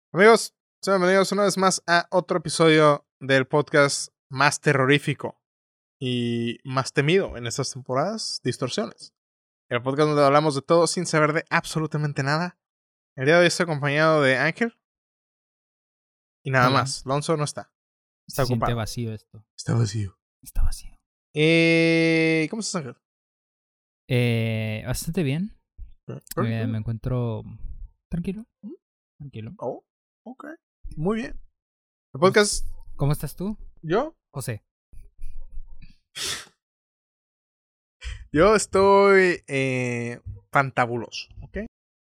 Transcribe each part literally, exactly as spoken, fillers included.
Amigos, sean bienvenidos una vez más a otro episodio del podcast más terrorífico y más temido en estas temporadas, Distorsiones. El podcast donde hablamos de todo sin saber de absolutamente nada. El día de hoy estoy acompañado de Ángel. Y nada Hola. más, Lonzo no está. Está Se ocupado. siente vacío esto. Está vacío. Está vacío. Eh, ¿Cómo estás, Ángel? Eh, bastante bien. Perfecto. Eh, me encuentro tranquilo. ¿Mm? Tranquilo. Oh, ok. Muy bien. El podcast... ¿Cómo estás tú, ¿Yo? José? Yo estoy eh, fantabuloso, ¿ok?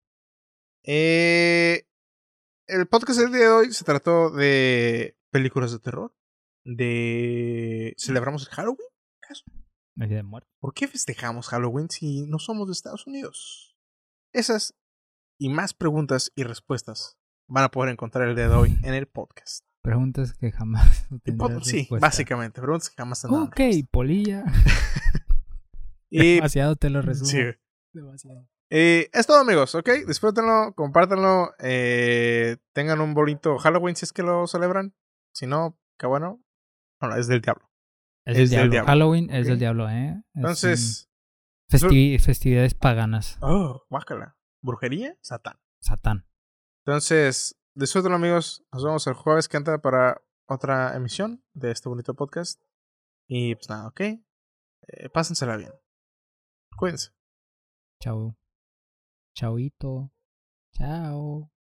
Eh, el podcast del día de hoy se trató de películas de terror. De... ¿Celebramos el Halloween? ¿Acaso? El día de muerte. ¿Por qué festejamos Halloween si no somos de Estados Unidos? Esas y más preguntas y respuestas van a poder encontrar el día de hoy en el podcast. Preguntas que jamás El tendrás pod- sí, respuesta. básicamente. Preguntas que jamás tendrán Ok, respuesta. polilla. Y... Demasiado te lo resumo. Sí. Demasiado. Eh, es todo, amigos, ¿ok? Disfrútenlo, compártanlo, eh, tengan un bonito Halloween si es que lo celebran. Si no, qué bueno. Bueno, es del diablo. Es, Es el del diablo. diablo. Halloween es Ok. del diablo, ¿eh? Es, Entonces, mm, festi- festividades paganas. oh, guácala. ¿Brujería? Satán. Satán. Entonces, disfrútenlo, amigos. Nos vemos el jueves que entra para otra emisión de este bonito podcast. Y pues nada, ¿ok? Eh, pásensela bien. Cuídense. Chao. Chauito. Chao.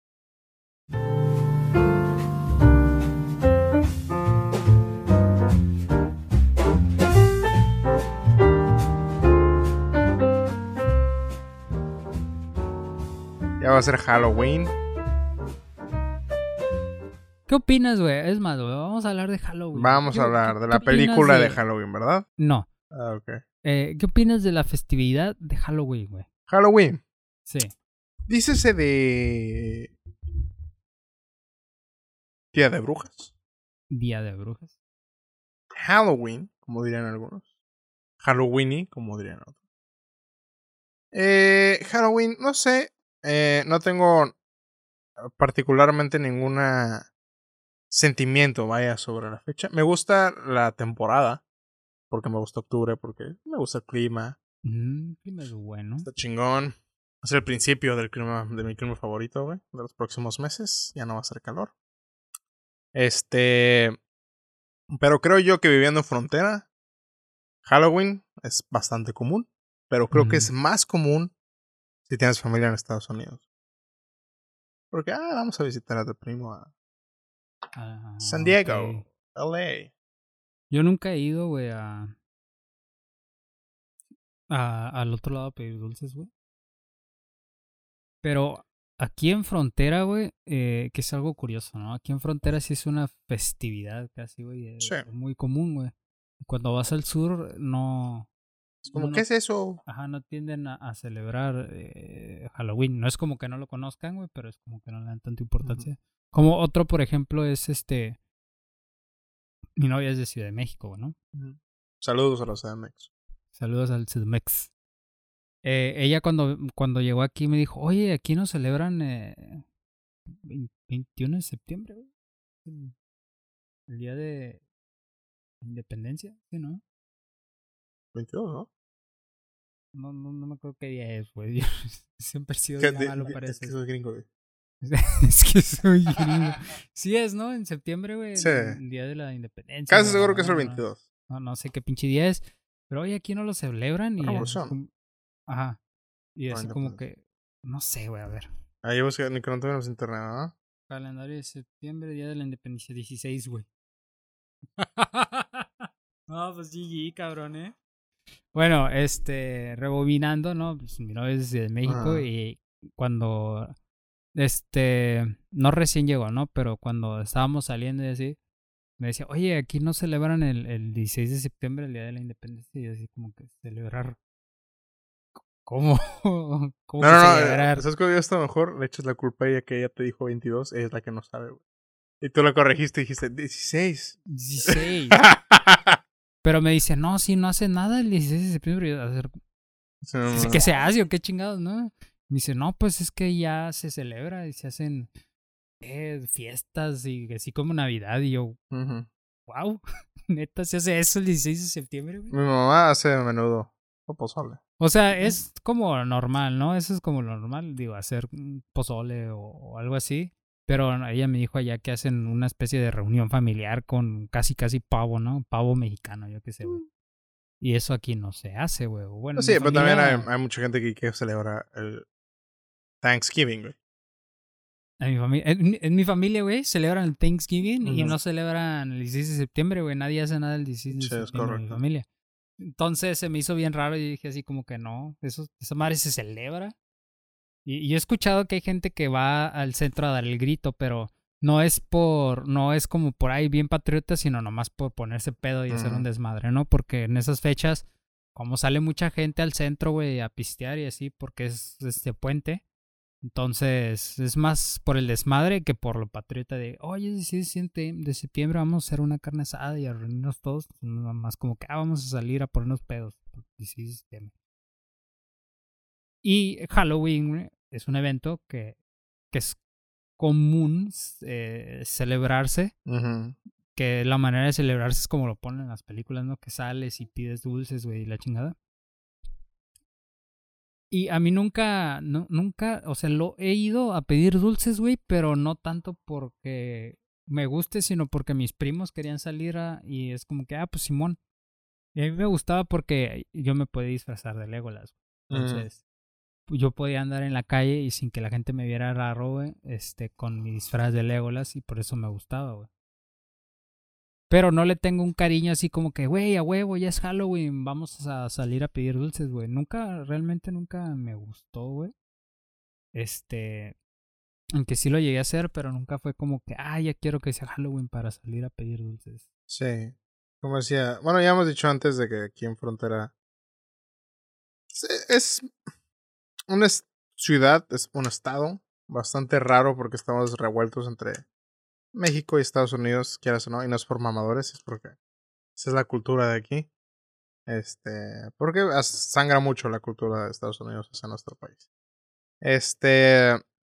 Ya va a ser Halloween. ¿Qué opinas, güey? Es más, güey, vamos a hablar de Halloween. Vamos ¿Qué- a hablar qué- de qué la opinas película de... Halloween, ¿verdad? No. Ah, ok. Eh, ¿Qué opinas de la festividad de Halloween, güey? Halloween. Sí. Dícese de... Día de Brujas. Día de Brujas. Halloween, como dirían algunos. Halloweeny, como dirían otros. Eh, Halloween, no sé. Eh, no tengo particularmente ninguna sentimiento, vaya, sobre la fecha. Me gusta la temporada. Porque me gusta octubre, porque me gusta el clima. Mm, clima es bueno. Está chingón. Es el principio del clima, de mi clima favorito, güey. De los próximos meses. Ya no va a ser calor. Este... Pero creo yo que viviendo en frontera, Halloween es bastante común. Pero creo Mm. que es más común si tienes familia en Estados Unidos. Porque, ah, vamos a visitar a tu primo a Ah, San Diego, ok. L A. Yo nunca he ido, güey, a... a... al otro lado a pedir dulces, güey. Pero aquí en frontera, güey, eh, que es algo curioso, ¿no? Aquí en frontera sí es una festividad casi, güey. Es Sí. muy común, güey. Cuando vas al sur, no... Es como, no- ¿qué es eso? Ajá, no tienden a, a celebrar eh, Halloween. No es como que no lo conozcan, güey, pero es como que no le dan tanta importancia. Como otro, por ejemplo, es este... Mi novia es de Ciudad de México, güey, ¿no? Saludos a los C D M X. Saludos al C D M X. Eh, ella cuando, cuando llegó aquí me dijo, oye, aquí no celebran eh, veintiuno de septiembre, güey. El, el día de independencia, ¿sí, no? veintidós, ¿no? No, no, no me acuerdo qué día es, güey. Siempre he sido ¿Qué- bien de- malo de- para es eso. que soy gringo, güey. Es que soy gringo. Sí es, ¿no? En septiembre, güey. Sí. El, el día de la independencia. Casi güey, seguro no, que es el no, veintidós. No, no sé qué pinche día es. Pero oye, aquí no lo celebran y... Revolución. es como- Ajá. Y No, así como independencia. que... No sé, güey, a ver. Ahí busca, ni que no tenemos internet, ¿no? Calendario de septiembre, día de la independencia, dieciséis, güey. No, pues G G, cabrón, ¿eh? Bueno, este, rebobinando, ¿no? Pues mi novia es de México Ajá. y cuando, este, no recién llegó, ¿no? Pero cuando estábamos saliendo y así, me decía, oye, aquí no celebran el, el dieciséis de septiembre, el día de la independencia, y yo así como que celebrar. ¿Cómo? ¿Cómo No, que no, no. celebrar? eh, ¿Sabes cuál está mejor? Le echas la culpa a ella que ella te dijo veintidós. Ella es la que no sabe, güey. Y tú la corregiste y dijiste dieciséis. dieciséis. Pero me dice, no, si no hace nada el dieciséis de septiembre. Y yo, a ver, Sí, no, no, no. ¿qué se hace o qué chingados, no? Me dice, no, pues es que ya se celebra y se hacen sé, fiestas y así como Navidad. Y yo, Uh-huh. wow, neta, se hace eso el dieciséis de septiembre, güey. Mi mamá hace a menudo pozole. O sea, es como normal, ¿no? Eso es como lo normal, digo, hacer pozole o, o algo así. Pero ella me dijo allá que hacen una especie de reunión familiar con casi, casi pavo, ¿no? Pavo mexicano, yo qué sé, güey. Y eso aquí no se hace, güey. Bueno, Sí, mi pero también hay, familia... hay mucha gente que, que celebra el Thanksgiving, güey. En mi, familia, en, en mi familia, güey, celebran el Thanksgiving uh-huh. y no Ujú. celebran el dieciséis de septiembre, güey. Nadie hace nada el dieciséis de Sí, es septiembre en mi correcto. familia. Entonces se me hizo bien raro y dije así como que no, eso, esa madre se celebra. Y, y he escuchado que hay gente que va al centro a dar el grito, pero no es por, no es como por ahí bien patriota, sino nomás por ponerse pedo y hacer un Ujú. desmadre, ¿no? Porque en esas fechas, como sale mucha gente al centro, güey, a pistear y así, porque es este puente, entonces es más por el desmadre que por lo patriota de, oye, si es de septiembre vamos a hacer una carne asada y a reunirnos todos, más como que ah, vamos a salir a ponernos pedos. Y sí, sí, sí. Y Halloween es un evento que, que es común eh, celebrarse, uh-huh. que la manera de celebrarse es como lo ponen en las películas, ¿no? Que sales y pides dulces, güey, y la chingada. Y a mí nunca, no, nunca, o sea, lo he ido a pedir dulces, güey, pero no tanto porque me guste, sino porque mis primos querían salir a, y es como que, ah, pues Simón. Y a mí me gustaba porque yo me podía disfrazar de Legolas. Entonces, uh-huh. yo podía andar en la calle y sin que la gente me viera raro, güey, este, con mi disfraz de Legolas y por eso me gustaba, güey. Pero no le tengo un cariño así como que, güey, a huevo, ya es Halloween, vamos a salir a pedir dulces, güey. Nunca, realmente nunca me gustó, güey. Este, aunque sí lo llegué a hacer, pero nunca fue como que, ah, ya quiero que sea Halloween para salir a pedir dulces. Sí, como decía, bueno, ya hemos dicho antes de que aquí en Frontera es una ciudad, es un estado bastante raro porque estamos revueltos entre México y Estados Unidos, quieras o no, y no es por mamadores, es porque esa es la cultura de aquí. Este, porque sangra mucho la cultura de Estados Unidos hacia nuestro país. Este,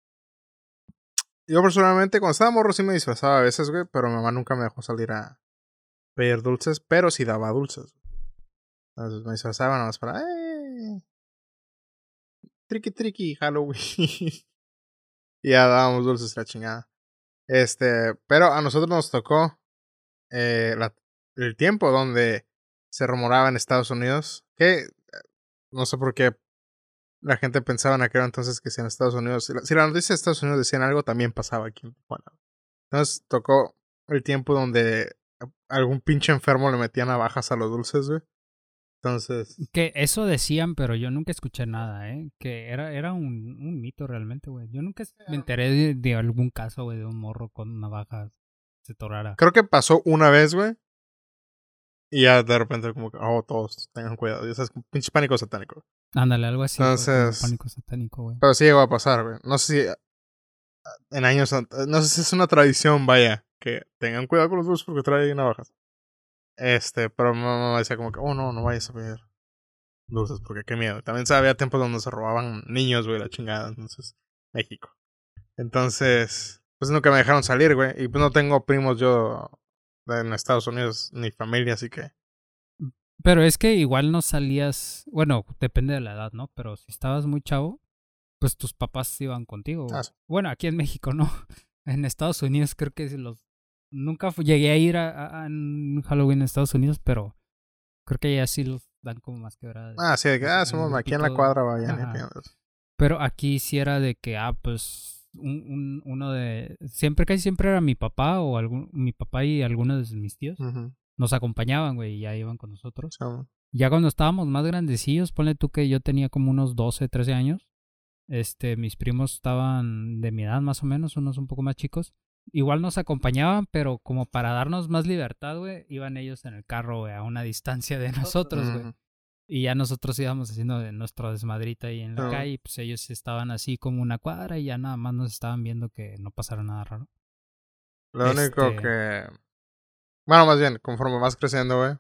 yo personalmente cuando estaba morro sí me disfrazaba a veces, güey, pero mi mamá nunca me dejó salir a pedir dulces, pero sí daba dulces. Entonces me disfrazaba nada más para, ¡eh! Tricky tricky Halloween. Y ya dábamos dulces la chingada. Este, pero a nosotros nos tocó eh, la, el tiempo donde se rumoraba en Estados Unidos que no sé por qué la gente pensaba en aquel entonces que si en Estados Unidos, si la, si la noticia de Estados Unidos decían algo, también pasaba aquí en Tijuana. Entonces tocó el tiempo donde algún pinche enfermo le metía navajas a los dulces, güey. Entonces... Que eso decían, pero yo nunca escuché nada, ¿eh? Que era, era un, un mito realmente, güey. Yo nunca me enteré de, de algún caso, güey, de un morro con navajas se torara. Creo que pasó una vez, güey. Y ya de repente como que, oh, todos tengan cuidado. Y eso es un pinche pánico satánico. Ándale, algo así. Entonces... Como pánico satánico, güey. Pero sí llegó a pasar, güey. No sé si... En años... No sé si es una tradición, vaya. Que tengan cuidado con los dulces porque traen navajas. Este, pero mi mamá decía como que, oh, no, no vayas a pedir dulces porque qué miedo. También había tiempos donde se robaban niños, güey, la chingada. Entonces, México. Entonces, pues nunca me dejaron salir, güey. Y pues no tengo primos yo en Estados Unidos ni familia, así que... Pero es que igual no salías, bueno, depende de la edad, ¿no? Pero si estabas muy chavo, pues tus papás iban contigo. Ah, sí. Bueno, aquí en México, ¿no? En Estados Unidos creo que los... Nunca fui, llegué a ir a, a, a Halloween en Estados Unidos, pero creo que ya sí los dan como más quebradas. Ah, sí, de que, ah, somos aquí en la cuadra, vayan y pidan eso. Pero aquí sí era de que, ah, pues, un, un, uno de... Siempre, casi siempre era mi papá o algún, mi papá y algunos de mis tíos. Uh-huh. Nos acompañaban, güey, y ya iban con nosotros. Sí. Ya cuando estábamos más grandecillos, ponle tú que yo tenía como unos doce, trece años. Este, mis primos estaban de mi edad más o menos, unos un poco más chicos. Igual nos acompañaban, pero como para darnos más libertad, güey, iban ellos en el carro, güey, a una distancia de nosotros, güey. Uh-huh. Y ya nosotros íbamos haciendo de nuestro desmadrito ahí en la uh-huh. calle, y pues ellos estaban así como una cuadra y ya nada más nos estaban viendo que no pasara nada raro. Lo este... único que... Bueno, más bien, conforme vas creciendo, güey,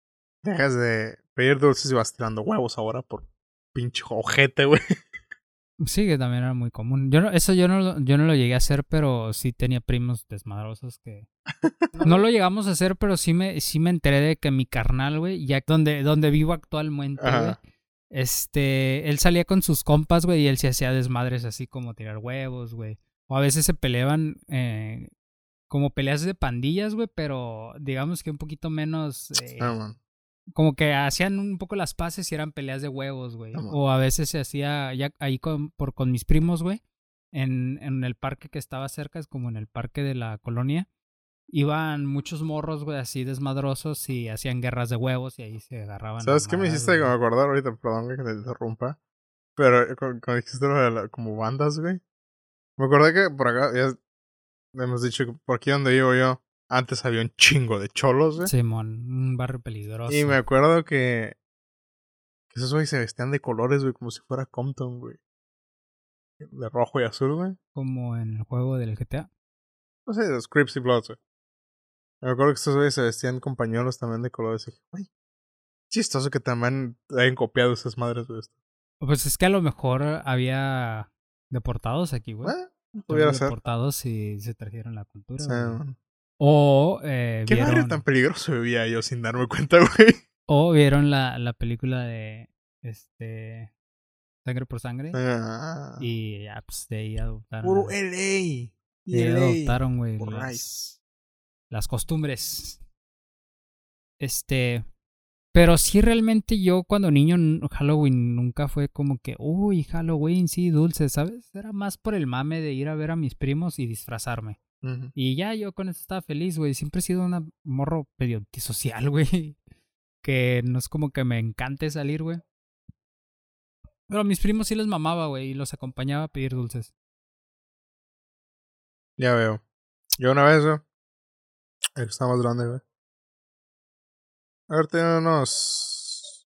dejas de pedir dulces y vas tirando huevos ahora por pinche ojete, güey. Sí, que también era muy común. Yo no, eso yo no, lo- yo no lo llegué a hacer, pero sí tenía primos desmadrosos que... No lo llegamos a hacer, pero sí me, sí me enteré de que mi carnal, güey, ya donde, donde vivo actualmente, güey, Ajá. este, él salía con sus compas, güey, y él se hacía desmadres así como tirar huevos, güey. O a veces se peleaban eh, como peleas de pandillas, güey, pero digamos que un poquito menos... Ah, eh, man. como que hacían un poco las paces y eran peleas de huevos, güey. Ah, man. O a veces se hacía ya ahí con, por, con mis primos, güey, en, en el parque que estaba cerca, es como en el parque de la colonia. Iban muchos morros, güey, así desmadrosos y hacían guerras de huevos y ahí se agarraban a ¿Sabes qué me hiciste madrazos, que me güey. acordar ahorita? Perdón, güey, que te interrumpa. Pero eh, cu- cuando dijiste lo de la- como bandas, güey. Me acordé que por acá, ya hemos dicho que por aquí donde vivo yo, antes había un chingo de cholos, güey. Simón, un barrio Y me peligroso. acuerdo que, que esos güey se vestían de colores, güey, como si fuera Compton, güey. De rojo y azul, güey. Como en el juego del G T A. No sé, los Crips y Bloods, güey. Me acuerdo que estos güeyes se vestían con pañuelos también de colores. Y dije, güey, chistoso que también hayan copiado esas madres, güey. Esto. Pues es que a lo mejor había deportados aquí, güey. Bueno, Cholos pudiera ser. deportados y se trajeron la cultura, O güey. sea, O eh, ¿qué barrio tan vieron peligroso vivía yo sin darme cuenta, güey? o vieron la, la película de este Sangre por Sangre Ah, y ya pues de ahí adoptaron puro la- L A. de Y ahí L A. adoptaron, güey, Por las las costumbres. Este, pero sí realmente yo cuando niño n- Halloween nunca fue como que, uy, Halloween, sí, dulce, ¿sabes? Era más por el mame de ir a ver a mis primos y disfrazarme. Ujú. Y ya yo con eso estaba feliz, güey. Siempre he sido una morro medio antisocial, güey. Que no es como que me encante salir, güey. Pero a mis primos sí les mamaba, güey, y los acompañaba a pedir dulces. Ya veo. Yo una vez, güey, el que está más grande, güey. A ver, tenía unos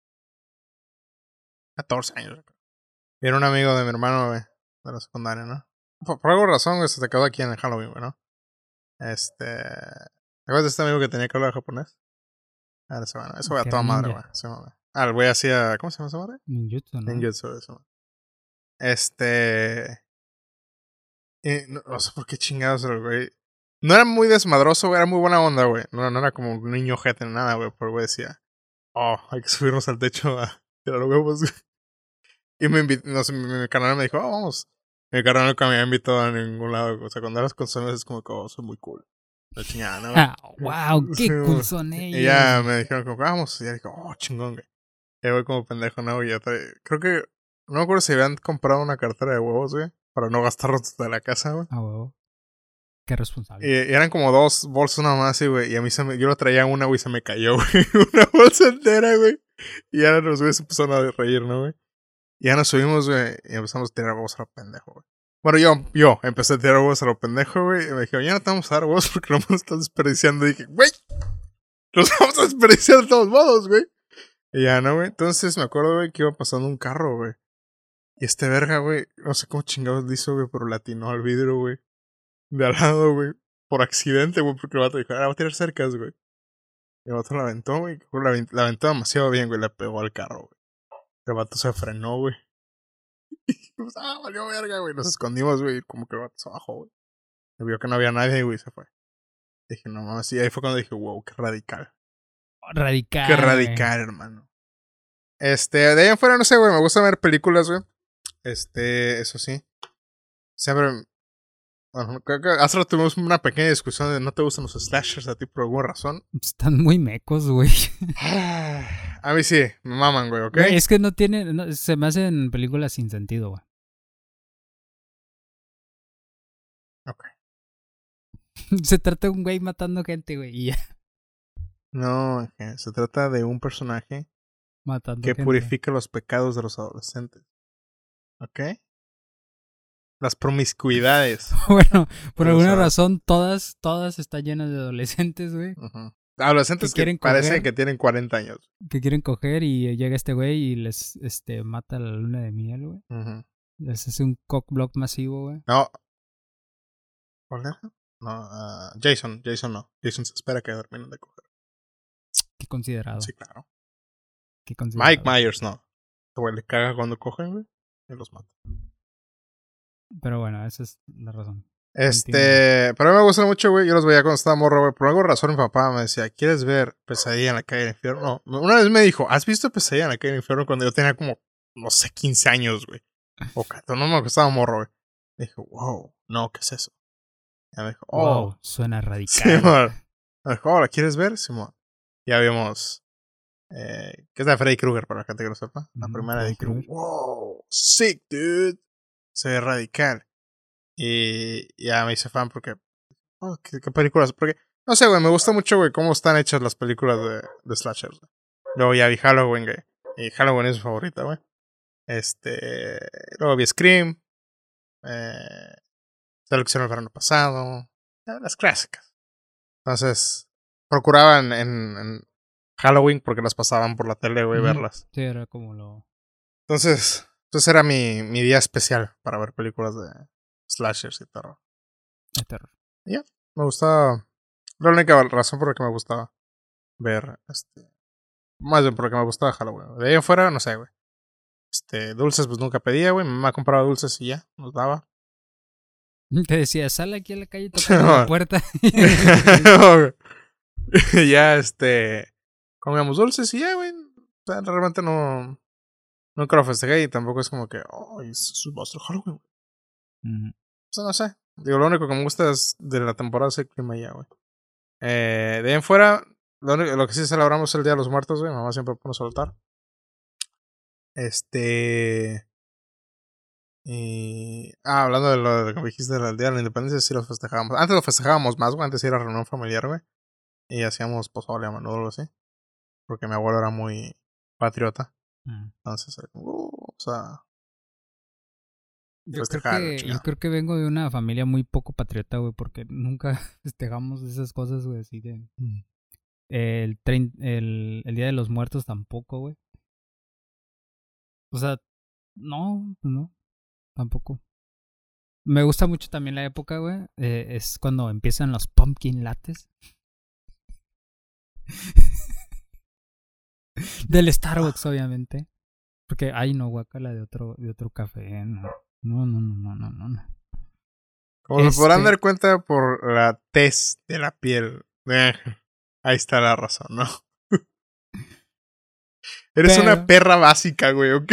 catorce años. Güey. Y era un amigo de mi hermano, güey, de la secundaria, ¿no? Por, por alguna razón, güey, se te quedó aquí en el Halloween, güey, ¿no? Este. ¿Te acuerdas de este amigo que tenía que hablar japonés? Ah, ese, bueno, eso, güey, a Que era toda madre, güey. ninja. Sí, güey. Ah, el güey hacía. ¿Cómo se llama esa madre? Ninjutsu, ¿no? Ninjutsu, eso, güey. Este. Y no, no sé por qué chingados era el güey. No era muy desmadroso, güey, era muy buena onda, güey. No, no era como un niño jete ni nada, güey. Pero el güey decía, oh, hay que subirnos al techo a tirar huevos, güey. Y me invitó, no sé, mi, mi carnal me dijo, oh, vamos. Mi carnal nunca me había invitado a ningún lado. O sea, cuando eras con sus amigos es como que, oh, soy muy cool. La chingada, ¿no, güey? Ah, wow, Sí, qué cool güey. son Y ellos, ya güey. me dijeron, como, vamos. Y ya dije, oh, chingón, güey. Y voy como pendejo, ¿no? Y ya trae... Creo que, no me acuerdo si habían comprado una cartera de huevos, güey. Para no gastarlos de la casa, güey. Ah, huevo. Qué Y, responsable. y eran como dos bolsas nada más, güey. Y a mí se me, yo lo traía una, güey, y se me cayó, güey. Una bolsa entera, güey. Y ya los güeyes se empezaron a reír, ¿no, güey? Y ya nos subimos, güey, y empezamos a tirar huevos a lo pendejo, güey. Bueno, yo, yo empecé a tirar huevos a lo pendejo, güey. Y me dijeron, ya no te vamos a dar huevos porque no me estás desperdiciando. Y dije, güey, los vamos a desperdiciar de todos modos, güey. Y ya, ¿no, güey? Entonces me acuerdo, güey, que iba pasando un carro, güey. Y este verga, güey, no sé cómo chingados le hizo, güey, pero latinó al vidrio, güey. De al lado, güey. Por accidente, güey, porque el vato dijo, ah, va a tirar cercas, güey. Y el vato la aventó, güey. La, avent- la aventó demasiado bien, güey. Le pegó al carro, güey. El vato se frenó, güey. Y pues, ah, valió verga, güey. Nos escondimos, güey. Como que el vato se bajó, güey. Y vio que no había nadie, güey, y se fue. Dije, no mames, sí, ahí fue cuando dije, wow, qué radical. Qué Radical, güey. radical, hermano. Este, de ahí en fuera, no sé, güey. Me gusta ver películas, güey. Este, eso sí. Siempre. Bueno, creo que hace rato tuvimos una pequeña discusión de no te gustan los slashers a ti por alguna razón. Están muy mecos, güey. A mí sí, me maman, güey, ¿ok? Güey, es que no tienen, no, se me hacen películas sin sentido, güey. Ok. Se trata de un güey matando gente, güey, y ya, No, okay. Se trata de un personaje matando que gente. purifica los pecados de los adolescentes. ¿Ok? Las promiscuidades. Bueno, por de los alguna adolescentes. razón, todas, todas están llenas de adolescentes, güey, Ujú. Adolescentes que que, quieren parecen coger. que tienen cuarenta años. que quieren coger y llega este güey y les, este, mata la luna de miel, güey. Ujú. Les hace un cockblock masivo, güey. No. ¿Cuál era? No, ah, Jason. Jason no. Jason se espera que terminen de coger. Qué considerado, Sí, claro. qué considerado. Mike Myers no. Este güey le caga cuando cogen, güey. Y los mata. Pero bueno, esa es la razón. Este, Continúa. pero a mí me gustan mucho, güey. Yo los veía cuando estaba morro, güey. Por alguna razón mi papá me decía, ¿quieres ver Pesadilla en la calle del infierno? No. Una vez me dijo, ¿has visto Pesadilla en la calle del infierno? Cuando yo tenía como, no sé, quince años, güey. O catorce, no me acuerdo, estaba morro, güey. Me dijo, wow, no, ¿qué es eso? Y me dijo, oh. Wow, suena radical. Simón. Me dijo, oh, ¿la quieres ver? Simón. Ya vimos, eh, que es la de Freddy Krueger, para la gente que lo sepa. La Mm, primera Freddy dije, Krueger. wow, sick, dude. Se ve radical. Y ya me hice fan porque, oh, ¿qué, qué películas? Porque, no sé, güey, me gusta mucho, güey, cómo están hechas las películas de, de slashers. Güey. Luego ya vi Halloween, güey. Y Halloween es su favorita, güey. Este, luego vi Scream. Eh, la lo que hicieron el verano pasado. Las clásicas. Entonces, procuraban en, en Halloween porque las pasaban por la tele, güey, Ujú. verlas. Sí, era como lo... Entonces, entonces era mi, mi día especial para ver películas de slashers y terror. de terror. Y ya, me gustaba. La única razón por la que me gustaba ver, este, más bien por la que me gustaba Halloween. De ahí en fuera, no sé, güey. Este, dulces, pues nunca pedía, güey. Mi mamá compraba dulces y ya, nos daba. Te decía, sal aquí a la calle tocando la puerta. Ya, este, comíamos dulces y ya, güey. O sea, realmente no, nunca lo festejé y tampoco es como que, oh, es va a ser Halloween, güey. Mm. O sea, no sé. Digo, lo único que me gusta es de la temporada es el clima ya, güey. Eh, de ahí en fuera, lo, único, lo que sí celebramos es el Día de los Muertos, güey. Mamá siempre pone a soltar. Este. Y. Ah, hablando de lo de, como dijiste del Día de la Independencia, sí lo festejábamos. Antes lo festejábamos más, güey. Antes sí era reunión familiar, güey. Y hacíamos pozole a menudo o algo así. Porque mi abuelo era muy patriota. Mm. Entonces, era como, uh, o sea. Yo creo Festejar, que chingado. yo creo que vengo de una familia muy poco patriota, güey, porque nunca festejamos esas cosas, güey, así de Mm. el, trein- el el Día de los Muertos tampoco, güey. O sea, no, no, tampoco. Me gusta mucho también la época, güey. Eh, es cuando empiezan los pumpkin lattes. Del Starbucks, obviamente. Porque, ay, no, guacala de otro, de otro café. No, no, no, no, no, no. no. Como se podrán Este, dar cuenta por la tez de la piel. Eh, ahí está la razón, ¿no? Eres una pero, perra básica, güey, ¿ok?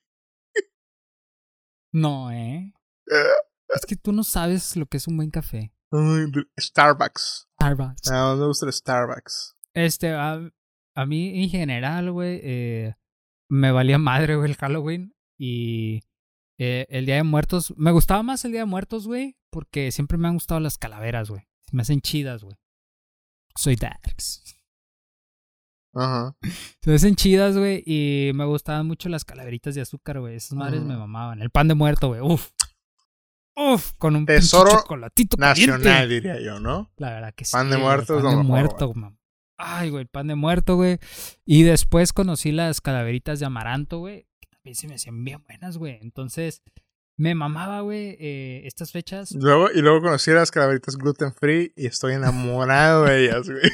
no, ¿eh? Es que tú no sabes lo que es un buen café. Ay, de- Starbucks. Starbucks. Ah, me gusta el Starbucks. Este, a, a mí en general, güey, eh, me valía madre, güey, el Halloween. Y eh, el Día de Muertos, me gustaba más el Día de Muertos, güey, porque siempre me han gustado las calaveras, güey. Me hacen chidas, güey. Soy Darks. Ajá. Se me hacen chidas, güey, y me gustaban mucho las calaveritas de azúcar, güey. Esas madres me Mm. mamaban. El pan de muerto, güey, uf. Uf, con un pinche Tesoro chocolatito nacional, caliente. diría yo, ¿no? La verdad que sí. Pan de güey, muerto es pan lo de mejor, muerto, güey. mam. Ay, güey, el pan de muerto, güey. Y después conocí las calaveritas de amaranto, güey. Que también se me hacían bien buenas, güey. Entonces, me mamaba, güey, eh, estas fechas. Luego, y luego conocí las calaveritas gluten free y estoy enamorado de ellas, güey.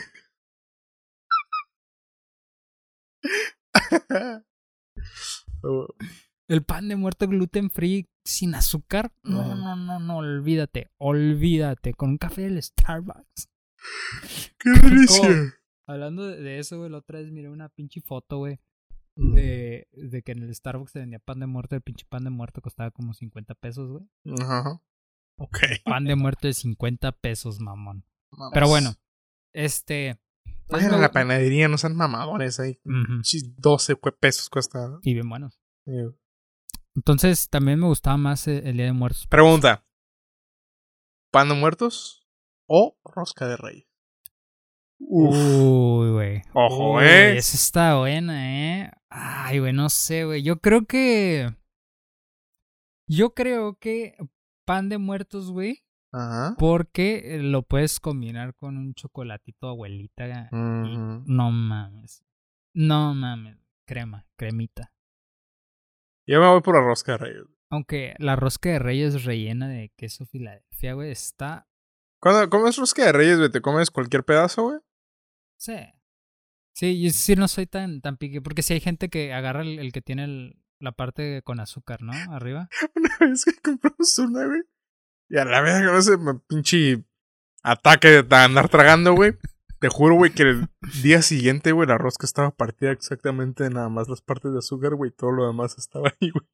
Oh, El pan de muerto gluten free sin azúcar. No, Mm. no, no, no, olvídate. Olvídate. Con un café del Starbucks. ¡Qué delicia! Hablando de, de eso, güey, la otra vez miré una pinche foto, güey. Mm. De, de que en el Starbucks se vendía pan de muerto. El pinche pan de muerto costaba como cincuenta pesos, güey. Ajá. Ok. Pan de muerto de cincuenta pesos, mamón. Vamos. Pero bueno, este. Vayan a la panadería, no sean mamadores ahí. Ujú. doce pesos cuesta. Y bien buenos. Sí. Entonces, también me gustaba más el, el Día de Muertos. Pregunta: ¿pan de muertos o rosca de reyes? Uf. Uy, güey. Ojo, Uy, ¿eh? esa está buena, ¿eh? Ay, güey, no sé, güey. Yo creo que. Yo creo que pan de muertos, güey. Ajá. Porque lo puedes combinar con un chocolatito abuelita. Uh-huh. Y no mames. No mames. Crema, cremita. Yo me voy por la rosca de reyes. Aunque la rosca de reyes rellena de queso Filadelfia, güey, está... Cuando comes rosca de reyes, güey, ¿te comes cualquier pedazo, güey? Sí. Sí, yo sí no soy tan, tan pique. Porque si hay gente que agarra el, el que tiene el, la parte con azúcar, ¿no? Arriba. Una vez que compramos una, güey. Y a la vez con ese pinche ataque de andar tragando, güey. Te juro, güey, que el día siguiente, güey, la rosca estaba partida exactamente nada más las partes de azúcar, güey. Todo lo demás estaba ahí, güey.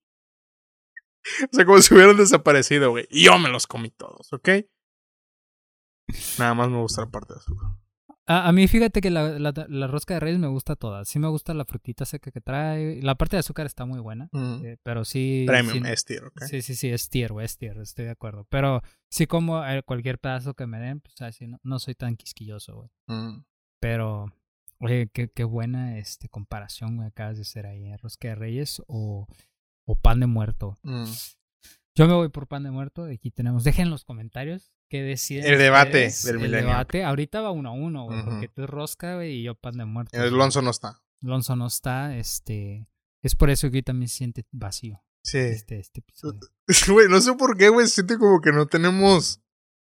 O sea, como si hubieran desaparecido, güey. Y yo me los comí todos, ¿ok? Nada más me gusta la parte de azúcar. A, a mí fíjate que la, la, la rosca de Reyes me gusta toda. Sí me gusta la frutita seca que trae. La parte de azúcar está muy buena. Mm. Eh, pero sí... Premium, sí, es tier, ¿ok? Sí, sí, sí, es tier, güey, es tier, estoy de acuerdo. Pero sí como eh, cualquier pedazo que me den, pues así no, no soy tan quisquilloso, güey. Mm. Pero, oye, qué, qué buena este, comparación, güey, acabas de hacer ahí. ¿eh? Rosca de Reyes o, o pan de muerto. Mm. Yo me voy por pan de muerto. Aquí tenemos, dejen en los comentarios qué deciden. El debate ustedes. del El milenio. debate, ahorita va uno a uno, güey, Ujú. porque tú es rosca, güey, y yo pan de muerto. El Lonzo no está. Lonzo no está, este... Es por eso que hoy también se siente vacío Sí. este, este episodio. Güey, no sé por qué, güey. Siento como que no tenemos.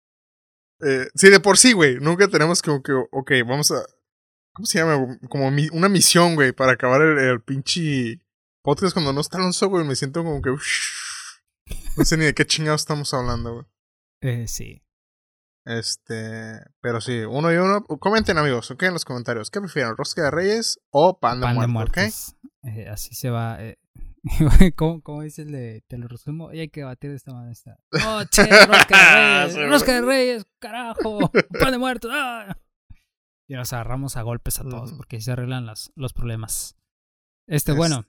Eh, sí, de por sí, güey. Nunca tenemos como que. Ok, vamos a. ¿Cómo se llama? Como mi, una misión, güey, para acabar el, el pinche podcast cuando no está Alonso, güey. Me siento como que. No sé ni de qué chingados estamos hablando, güey. Eh, sí. Este. Pero sí, uno y uno. Comenten, amigos, ¿ok? En los comentarios. ¿Qué prefieren? ¿Rosca de Reyes o pan de Pan de muerto? ¿Ok? muertos. Eh, así se va. Eh. ¿Cómo, ¿Cómo dice el de te lo resumo? Y hay que batir de esta manera. ¡Oh, che! ¡Rosca de Reyes! ¡Rosca de Reyes! ¡Carajo! ¡Pan de muertos! ¡Ah! Y nos agarramos a golpes a todos, Ujú. porque ahí se arreglan las, los problemas. Este, Es- bueno.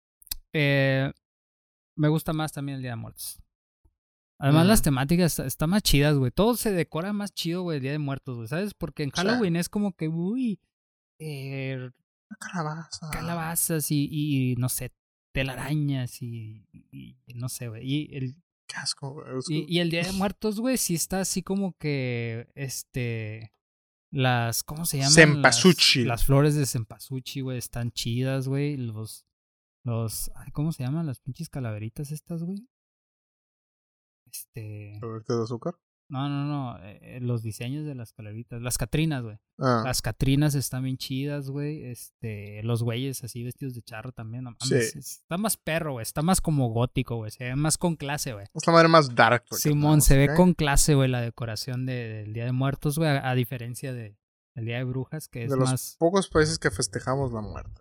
Eh, me gusta más también el Día de Muertos. Además, Mm. las temáticas están está más chidas, güey. Todo se decora más chido, güey, el Día de Muertos, güey. ¿Sabes? Porque en Sí. Halloween es como que, uy, eh, Calabaza. calabazas y, y, no sé, telarañas y, y- y no sé, güey. Y el, Qué asco, güey. Es y, que- y el Día de Muertos, güey, sí está así como que, este, las, ¿cómo se llaman? Las, Cempasúchil. las flores de cempasúchil, güey, están chidas, güey. Los, los, ay, ¿cómo se llaman? Las pinches calaveritas estas, güey. Este, ¿Calaveritas de azúcar? no, no, no, eh, los diseños de las calaveritas, las catrinas, güey. Ah, Las catrinas están bien chidas, güey. Este, los güeyes así vestidos de charro también. No Sí. mames, está más perro, güey. Está más como gótico, güey. Se ve más con clase, güey. es la madre más dark. güey, que Simón, tenemos, se ve ¿ok? con clase, güey, la decoración de- del Día de Muertos, güey. A, a diferencia de, del Día de Brujas, que es De los más... pocos países que festejamos la muerte.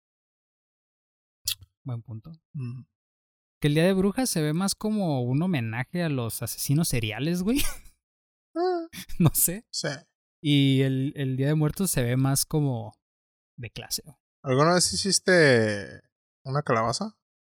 Buen punto. Mm. Que el Día de Brujas se ve más como un homenaje a los asesinos seriales, güey. Ah, No sé. sí. Y el, el Día de Muertos se ve más como de clase, güey. ¿Alguna vez hiciste una calabaza?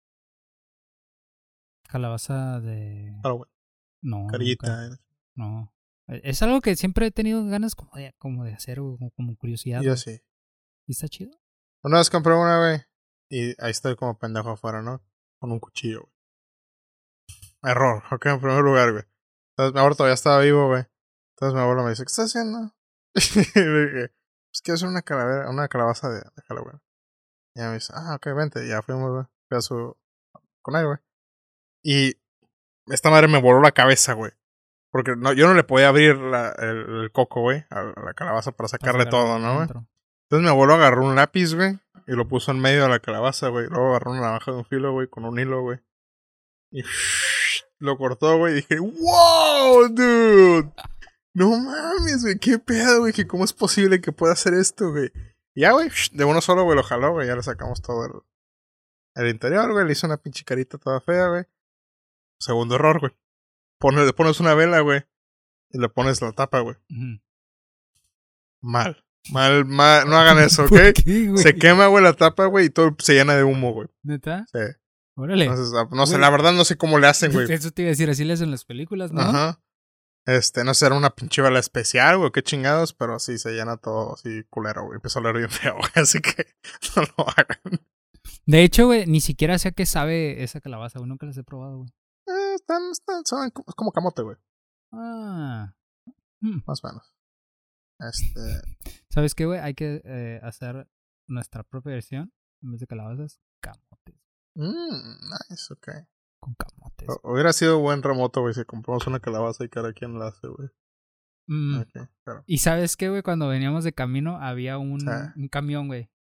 Calabaza de... Ah, bueno, No, nunca. carillita. eh. No. Es algo que siempre he tenido ganas como de, como de hacer, güey, como, como curiosidad. Y yo güey. sí. ¿Y está chido? Una vez compré una, güey. Y ahí estoy como pendejo afuera, ¿no? Con un cuchillo, güey. Error, ok, en primer lugar, güey. Entonces mi abuelo todavía estaba vivo, güey. Entonces mi abuelo me dice, ¿qué estás haciendo? Y le dije, pues quiero hacer una calavera, una calabaza de, de Halloween. Y ella me dice, ah, ok, vente. Y ya fuimos, güey. Fui a su... con él, güey. Y esta madre me voló la cabeza, güey. Porque no, yo no le podía abrir la, el, el coco, güey, a la calabaza para sacarle Para sacarlo todo, de ¿no, güey? adentro. Entonces mi abuelo agarró un lápiz, güey, y lo puso en medio de la calabaza, güey. Luego agarró una navaja de un filo, güey, con un hilo, güey. Y lo cortó, güey, y dije, ¡wow, dude! No mames, güey, qué pedo, güey, que cómo es posible que pueda hacer esto, güey. Y ya, güey, de uno solo, güey, lo jaló, güey, ya le sacamos todo el, el interior, güey, le hizo una pinche carita toda fea, güey. Segundo error, güey. Pones, le pones una vela, güey, y le pones la tapa, güey. Ujú. Mal. Mal, mal, no hagan eso, ¿ok? ¿Por qué, güey? Se quema, güey, la tapa, güey, y todo se llena de humo, güey. ¿Neta? Sí. Órale. Entonces, ah, no sé, Güey. la verdad no sé cómo le hacen, güey. Eso te iba a decir, así le hacen las películas, ¿no? Ajá. Este, no sé, era una pinche vela especial, güey, qué chingados, pero sí, se llena todo así culero, güey. Empezó a oler bien feo, güey, así que no lo hagan. De hecho, güey, ni siquiera sé a qué sabe esa calabaza, güey. Nunca las he probado, güey. Eh, están, están, son como- es como camote, güey, Ah. Mm. más o menos. Este, ¿Sabes qué, güey? Hay que eh, hacer nuestra propia versión. En vez de calabazas, camotes. mmm, nice, ok. Con camotes. O- hubiera sido buen remoto, güey, si compramos una calabaza y cada quien la hace, güey. Mm. Ok, pero. Y ¿sabes qué, güey? Cuando veníamos de camino había un, Sí. un camión, güey.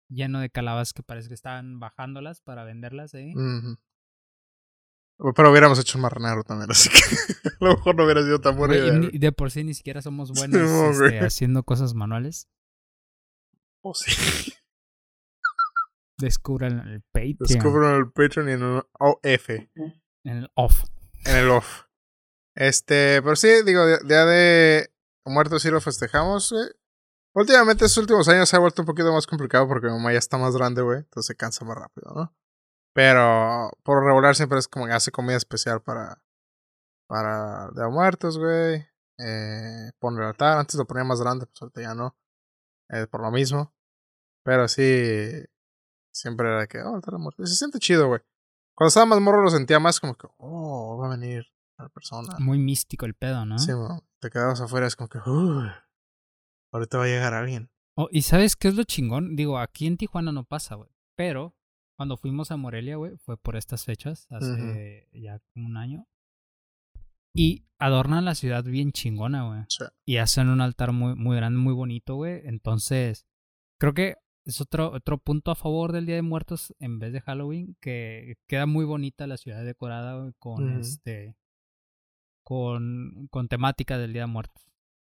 lleno de calabazas que parece que estaban bajándolas para venderlas ahí. Uh-huh. Pero hubiéramos hecho un marranero también, así que a lo mejor no hubiera sido tan buena idea. Ni, de por sí ni siquiera somos buenos no, este, haciendo cosas manuales. Oh, sí. Descubran el Patreon. Descubran el Patreon y en el O F. En el off. En el off. Este, pero sí, digo, Día de Muertos sí lo festejamos, güey. Últimamente, estos últimos años se ha vuelto un poquito más complicado porque mi mamá ya está más grande, güey. Entonces se cansa más rápido, ¿no? Pero por regular siempre es como que hace comida especial para para Día de Muertos, güey. Eh, pone el altar. Antes lo ponía más grande, pues ahorita ya no. Eh, por lo mismo. Pero sí, siempre era que, oh, altar de muertos. Y se siente chido, güey. Cuando estaba más morro lo sentía más como que, oh, va a venir la persona. Muy místico el pedo, ¿no? Sí, güey. Te quedabas afuera, es como que, uy, ahorita va a llegar alguien. Oh, ¿y sabes qué es lo chingón? Digo, aquí en Tijuana no pasa, güey. Pero cuando fuimos a Morelia, güey, fue por estas fechas, hace uh-huh. ya un año. Y adornan la ciudad bien chingona, güey. Sí. Y hacen un altar muy, muy grande, muy bonito, güey. Entonces, creo que es otro, otro punto a favor del Día de Muertos en vez de Halloween, que queda muy bonita la ciudad decorada, güey, con uh-huh. este... Con, con temática del Día de Muertos.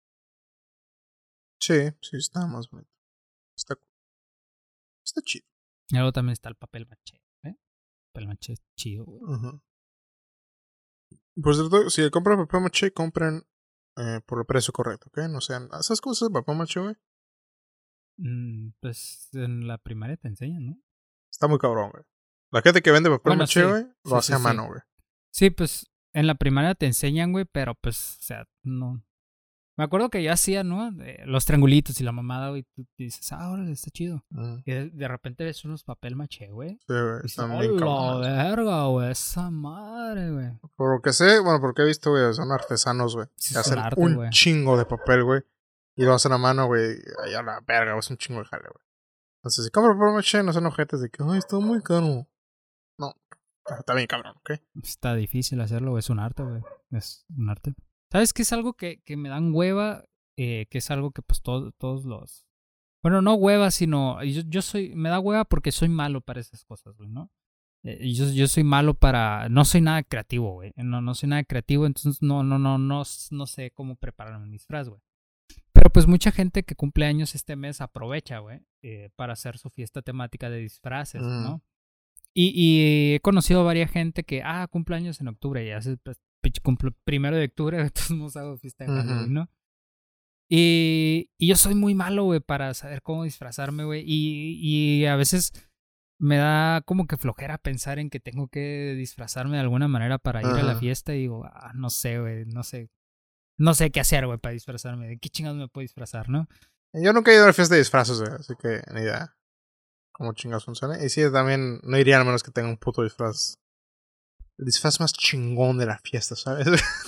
Sí, sí, está más bonito. Está, está chido. Y luego también está el papel maché, ¿eh? El papel maché es chido, güey. Uh-huh. Por cierto, si compran papel maché, compren eh, por el precio correcto, ¿ok? No sean... ¿Esas cosas de papel maché, güey? Mm, pues en la primaria te enseñan, ¿no? Está muy cabrón, güey. La gente que vende papel bueno, maché, güey, sí, lo sí, hace sí, a mano, sí. güey. Sí, pues en la primaria te enseñan, güey, pero pues, o sea, no... Me acuerdo que yo hacía, ¿no? De los triangulitos y la mamada, güey. Tú dices, ah, órale, está chido. Mm. Y de, de repente ves unos papel maché, güey. Sí, güey. Y dices, ¡oh, la verga, güey! Esa madre, güey. Por lo que sé, bueno, porque he visto, güey, son artesanos, güey. Sí, que hacen arte, un güey. chingo de papel, güey. Y lo hacen a mano, güey. Allá la verga, es un chingo de jale, güey. Entonces, si compran papel maché, no son ojetes de que, ay, está muy caro. No, está bien cabrón, ¿ok? Está difícil hacerlo, güey. Es un arte, güey. Es un arte. ¿Sabes qué es algo que, que me dan hueva? Eh, que es algo que pues todo, todos los... Bueno, no hueva, sino... Yo, yo soy... Me da hueva porque soy malo para esas cosas, güey, ¿no? Eh, yo, yo soy malo para... No soy nada creativo, güey. No, no soy nada creativo, entonces no, no, no, no, no sé cómo prepararme un disfraz, güey. Pero pues mucha gente que cumple años este mes aprovecha, güey, eh, para hacer su fiesta temática de disfraces, mm. ¿no? Y, y he conocido a varias gente que, ah, cumple años en octubre y hace, pues, cumple primero de octubre, entonces no hago fiesta de Halloween, uh-huh. ¿no? Y, y yo soy muy malo, güey, para saber cómo disfrazarme, güey. Y, y a veces me da como que flojera pensar en que tengo que disfrazarme de alguna manera para ir uh-huh. a la fiesta. Y digo, ah, no sé, güey, no sé. No sé qué hacer, güey, para disfrazarme. ¿De qué chingados me puedo disfrazar, no? Yo nunca he ido a la fiesta de disfrazos, güey, así que ni idea cómo chingados funciona. Y sí, también no iría a menos que tenga un puto disfraz. El disfraz más chingón de la fiesta, ¿sabes?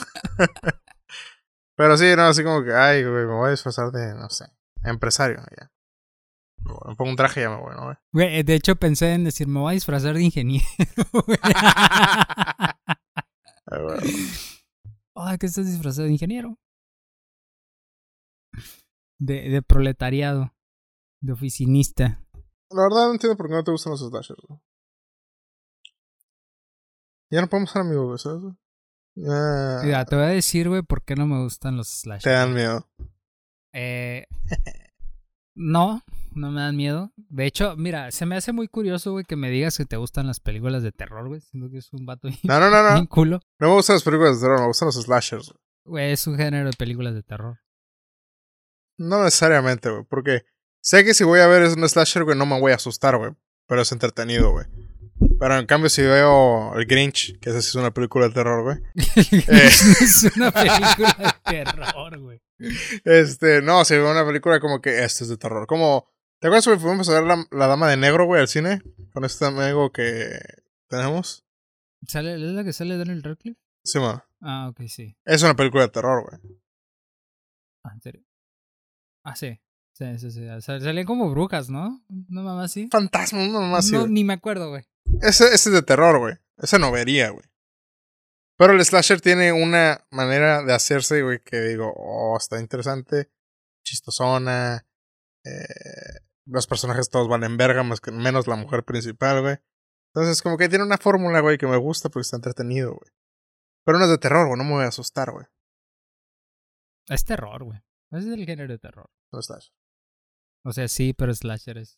Pero sí, no, así como que, ay, güey, me voy a disfrazar de, no sé, empresario, ya. Me pongo un traje y ya me voy, ¿no, güey? Güey, de hecho pensé en decir, me voy a disfrazar de ingeniero. Ay, güey. Ay, ¿qué estás disfrazado de ingeniero? De, de proletariado. De oficinista. La verdad no entiendo por qué no te gustan los slashers, güey. Ya no podemos ser amigos, güey, ¿sabes? Uh, Mira, te voy a decir, güey, por qué no me gustan los slashers. Te dan miedo. Eh, no, no me dan miedo. De hecho, mira, se me hace muy curioso, güey, que me digas que te gustan las películas de terror, güey. Siento que es un vato bien, no, no, no, no. bien culo. No me gustan las películas de terror, me gustan los slashers, güey. Güey, es un género de películas de terror. No necesariamente, güey, porque sé que si voy a ver un slasher, güey, no me voy a asustar, güey. Pero es entretenido, güey. Pero en cambio si veo El Grinch, que esa sí es una película de terror, güey. eh, es una película de terror, güey. Este, no, si veo una película como que este es de terror. Como, ¿te acuerdas que fuimos a ver la, la Dama de Negro, güey, al cine? Con este amigo que tenemos. ¿Sale, ¿Es la que sale Daniel Radcliffe? Sí, man. Ah, ok, sí. Es una película de terror, güey. Ah, ¿en serio? Ah, sí. Sí, sí, sí. Salían como brujas, ¿no? ¿No mamá así? Fantasmas, no mamá así. No, güey. ni me acuerdo, güey. Ese, ese es de terror, güey. Ese no vería, güey. Pero el slasher tiene una manera de hacerse, güey, que digo, oh, está interesante, chistosona, eh, los personajes todos van en verga, más que menos la mujer principal, güey. Entonces, como que tiene una fórmula, güey, que me gusta porque está entretenido, güey. Pero no es de terror, güey, no me voy a asustar, güey. Es terror, güey. Es del género de terror. No es slasher. O sea, sí, pero slasher es...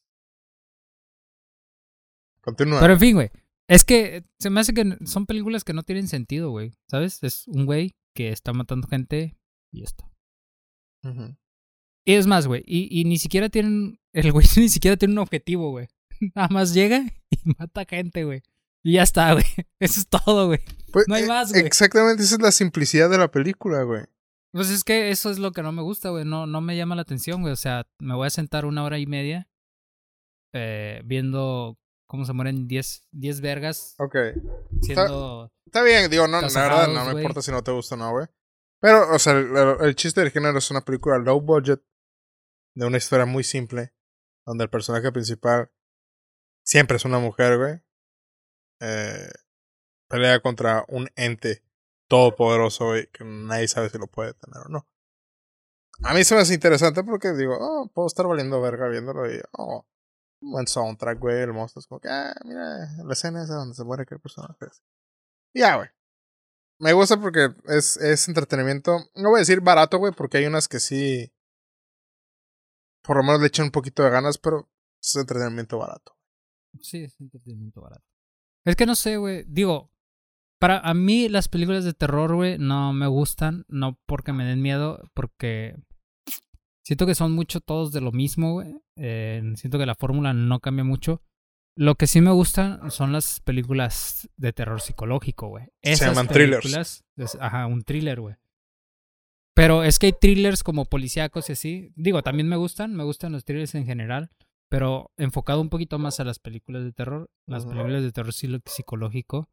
Continúa. Pero en fin, güey. Es que se me hace que son películas que no tienen sentido, güey. ¿Sabes? Es un güey que está matando gente y esto. Uh-huh. Y es más, güey. Y, y ni siquiera tienen... El güey ni siquiera tiene un objetivo, güey. Nada más llega y mata gente, güey. Y ya está, güey. Eso es todo, güey. Pues, No hay más, güey. Exactamente, esa es la simplicidad de la película, güey. Pues es que eso es lo que no me gusta, güey. No, no me llama la atención, güey. O sea, me voy a sentar una hora y media eh, viendo cómo se mueren diez vergas. Ok. Siendo... Está, está bien, digo, no, la verdad no me wey. importa si no te gusta o no, güey. Pero, o sea, el, el chiste del género es una película low budget, de una historia muy simple, donde el personaje principal siempre es una mujer, güey. Eh, pelea contra un ente todopoderoso, güey, que nadie sabe si lo puede tener o no. A mí se me hace interesante porque digo, oh, puedo estar valiendo verga viéndolo y, oh, un buen soundtrack, güey, el monstruo es como que, ah, mira, la escena esa donde se muere aquel personaje. Y ya, güey. Me gusta porque es, es entretenimiento, no voy a decir barato, güey, porque hay unas que sí, por lo menos le echan un poquito de ganas, pero es entretenimiento barato. Sí, es entretenimiento barato. Es que no sé, güey, digo... Para a mí las películas de terror, güey, no me gustan, no porque me den miedo, porque siento que son mucho todos de lo mismo, güey. Eh, siento que la fórmula no cambia mucho. Lo que sí me gustan son las películas de terror psicológico, güey. Se llaman thrillers. Es, ajá, un thriller, güey. Pero es que hay thrillers como policíacos y así. Digo, también me gustan, me gustan los thrillers en general, pero enfocado un poquito más a las películas de terror, las uh-huh. películas de terror psicológico.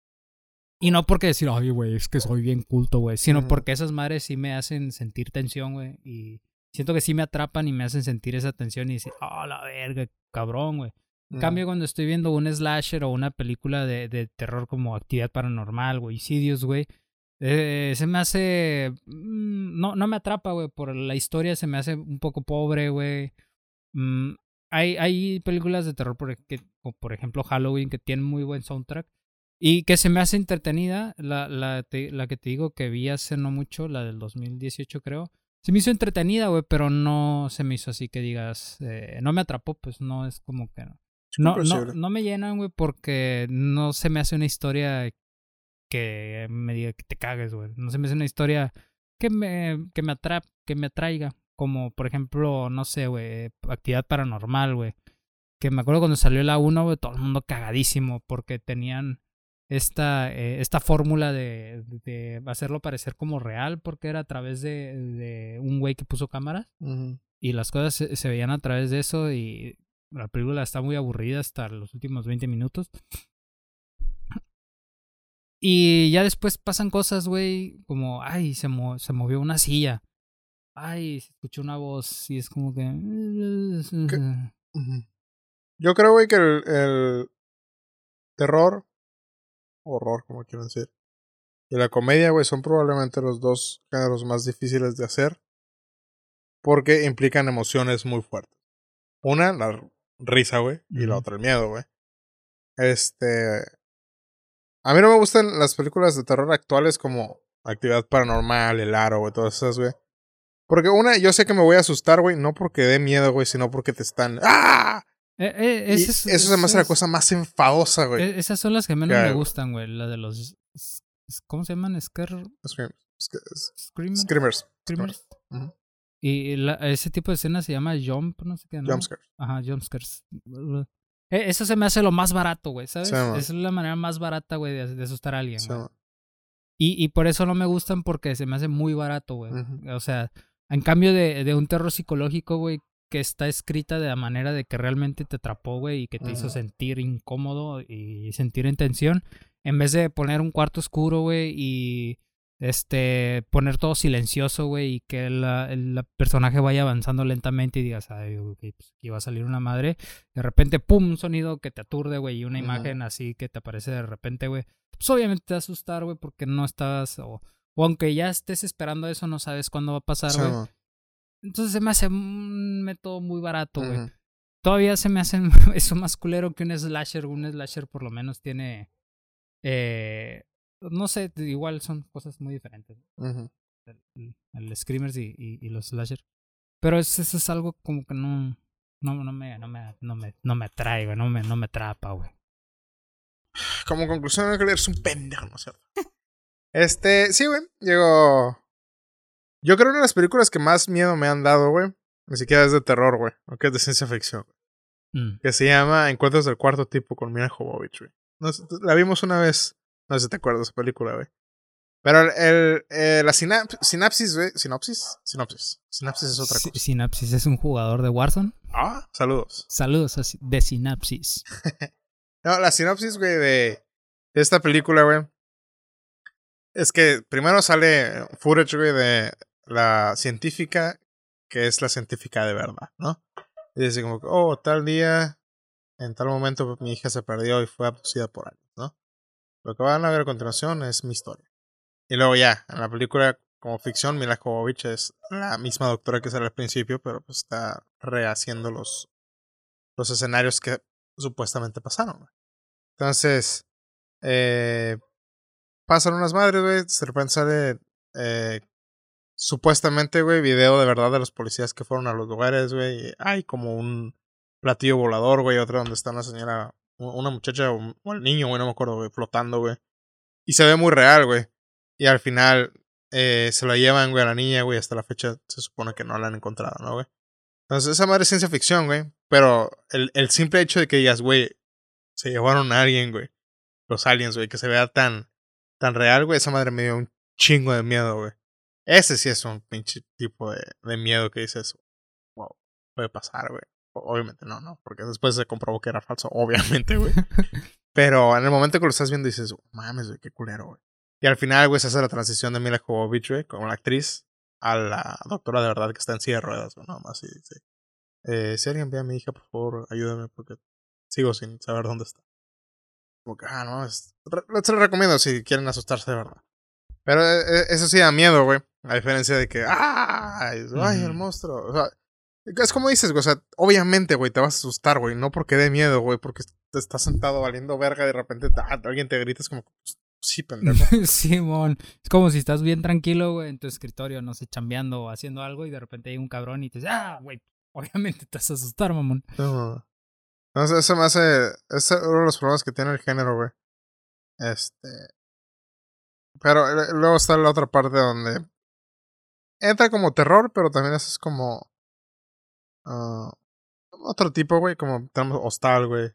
Y no porque decir, ay, güey, es que soy bien culto, güey. Sino uh-huh. porque esas madres sí me hacen sentir tensión, güey. Y siento que sí me atrapan y me hacen sentir esa tensión y decir, oh, la verga, cabrón, güey. En uh-huh. cambio, cuando estoy viendo un slasher o una película de, de terror como Actividad Paranormal, güey, Insidious, güey, eh, se me hace... Mm, no, no me atrapa, güey. Por la historia se me hace un poco pobre, güey. Mm, hay, hay películas de terror, por, que, por ejemplo, Halloween, que tienen muy buen soundtrack. Y que se me hace entretenida, la, la, te, la que te digo que vi hace no mucho, la del dos mil dieciocho creo. Se me hizo entretenida, güey, pero no se me hizo así que digas, eh, no me atrapó, pues no es como que no. No, no, no me llenan, güey, porque no se me hace una historia que me diga que te cagues, güey. No se me hace una historia que me, que me, atra, que me atraiga. Como, por ejemplo, no sé, güey, Actividad Paranormal, güey. Que me acuerdo cuando salió la uno, güey, todo el mundo cagadísimo porque tenían... esta, eh, esta fórmula de, de hacerlo parecer como real porque era a través de, de un güey que puso cámaras uh-huh. y las cosas se, se veían a través de eso y la película está muy aburrida hasta los últimos veinte minutos y ya después pasan cosas, güey, como ay, se, mo- se movió una silla, ay, se escuchó una voz y es como que uh-huh. Yo creo, güey, que el, el terror horror, como quiero decir. Y la comedia, güey, son probablemente los dos géneros más difíciles de hacer. Porque implican emociones muy fuertes. Una, la risa, güey. Y uh-huh. la otra, el miedo, güey. Este... A mí no me gustan las películas de terror actuales como Actividad Paranormal, El Aro, güey, todas esas, güey. Porque una, yo sé que me voy a asustar, güey, no porque dé miedo, güey, sino porque te están... ¡Ah! Eh, eh, y es, eso es, se me hace la cosa más enfadosa, güey. Eh, esas son las que menos me gustan, güey. La de los... ¿Cómo se llaman? Scare... Scream, sc- Screamers. Screamers. Screamers. Uh-huh. Y la, ese tipo de escena se llama jump, no sé qué, ¿no? Jumpscares. Ajá, jumpscares. Eh, eso se me hace lo más barato, güey, ¿sabes? Sí, es la manera más barata, güey, de, de asustar a alguien, sí, güey. Y, y por eso no me gustan porque se me hace muy barato, güey. Uh-huh. O sea, en cambio de, de un terror psicológico, güey, que está escrita de la manera de que realmente te atrapó, güey, y que te uh-huh. hizo sentir incómodo y sentir en tensión, en vez de poner un cuarto oscuro, güey, y este poner todo silencioso, güey, y que la, el la personaje vaya avanzando lentamente y digas, ay, okay, pues aquí va a salir una madre. De repente, pum, un sonido que te aturde, güey, y una uh-huh. imagen así que te aparece de repente, güey. Pues obviamente te va a asustar, güey, porque no estás, o, o aunque ya estés esperando eso, no sabes cuándo va a pasar, güey. Sí. Entonces se me hace un método muy barato, güey. Uh-huh. todavía se me hace eso más culero que un slasher. Un slasher por lo menos tiene... Eh, no sé, igual son cosas muy diferentes. Uh-huh. El, el Screamers y, y, y los slasher. Pero eso, eso es algo como que no... No, no me, no me, no me, no me atrae, güey. No me, no me atrapa, güey. Como conclusión, eres un pendejo, ¿no es cierto? Este, sí, güey. Llegó. Yo creo que una de las películas que más miedo me han dado, güey. Ni siquiera es de terror, güey. Aunque es de ciencia ficción. Mm. Que se llama Encuentros del Cuarto Tipo con Mila Jovovich, güey. No, la vimos una vez. No sé si te acuerdas de esa película, güey. Pero el, el, eh, la sinap sinapsis, güey. ¿Sinopsis? Sinopsis. Sinapsis es otra cosa. Sinapsis es un jugador de Warzone. Ah, saludos. Saludos a, de Sinapsis. No, la sinopsis, güey, de, de esta película, güey. Es que primero sale footage, güey, de la científica, que es la científica de verdad, ¿no? Y dice como, oh, tal día, en tal momento mi hija se perdió y fue abducida por alguien, ¿no? Lo que van a ver a continuación es mi historia. Y luego ya, en la película, como ficción, Mila Jovovich es la misma doctora que sale al principio, pero pues está rehaciendo los, los escenarios que supuestamente pasaron, güey. Entonces, eh... pasan unas madres, güey. De repente sale eh, supuestamente, güey, video de verdad de los policías que fueron a los lugares, güey. Hay como un platillo volador, güey. Otro donde está una señora, una muchacha o, o el niño, güey, no me acuerdo, güey, flotando, güey. Y se ve muy real, güey. Y al final eh, se la llevan, güey, a la niña, güey. Hasta la fecha se supone que no la han encontrado, ¿no, güey? Entonces, esa madre es ciencia ficción, güey. Pero el, el simple hecho de que digas, güey, se llevaron a alguien, güey. Los aliens, güey, que se vea tan... tan real, güey, esa madre me dio un chingo de miedo, güey. Ese sí es un pinche tipo de, de miedo que dices, wow, puede pasar, güey. Obviamente no, no, porque después se comprobó que era falso, obviamente, güey. Pero en el momento que lo estás viendo dices, mames, güey, qué culero, güey. Y al final, güey, se hace la transición de Mila Jovovich, güey, como la actriz, a la doctora de verdad que está en silla de ruedas, güey, nada más, sí, sí. Eh, si alguien ve a mi hija, por favor, ayúdame, porque sigo sin saber dónde está. Porque, ah, no, es... se lo recomiendo si quieren asustarse de verdad. Pero eh, eso sí da miedo, güey. A diferencia de que, ¡ah! ¡Ay, el monstruo! O sea, es como dices, güey. O sea, obviamente, güey, te vas a asustar, güey. No porque dé miedo, güey. Porque te estás sentado valiendo verga y de repente ah, alguien te grita. Es como, sí, pendejo. Simón. Es como si estás bien tranquilo, güey, en tu escritorio, no sé, chambeando o haciendo algo y de repente hay un cabrón y te dice, ¡ah, güey! Obviamente te vas a asustar, mamón. No. Entonces, eso me hace... Es uno de los problemas que tiene el género, güey. Este... Pero luego está la otra parte donde entra como terror, pero también es como uh, otro tipo, güey, como tenemos Hostal, güey.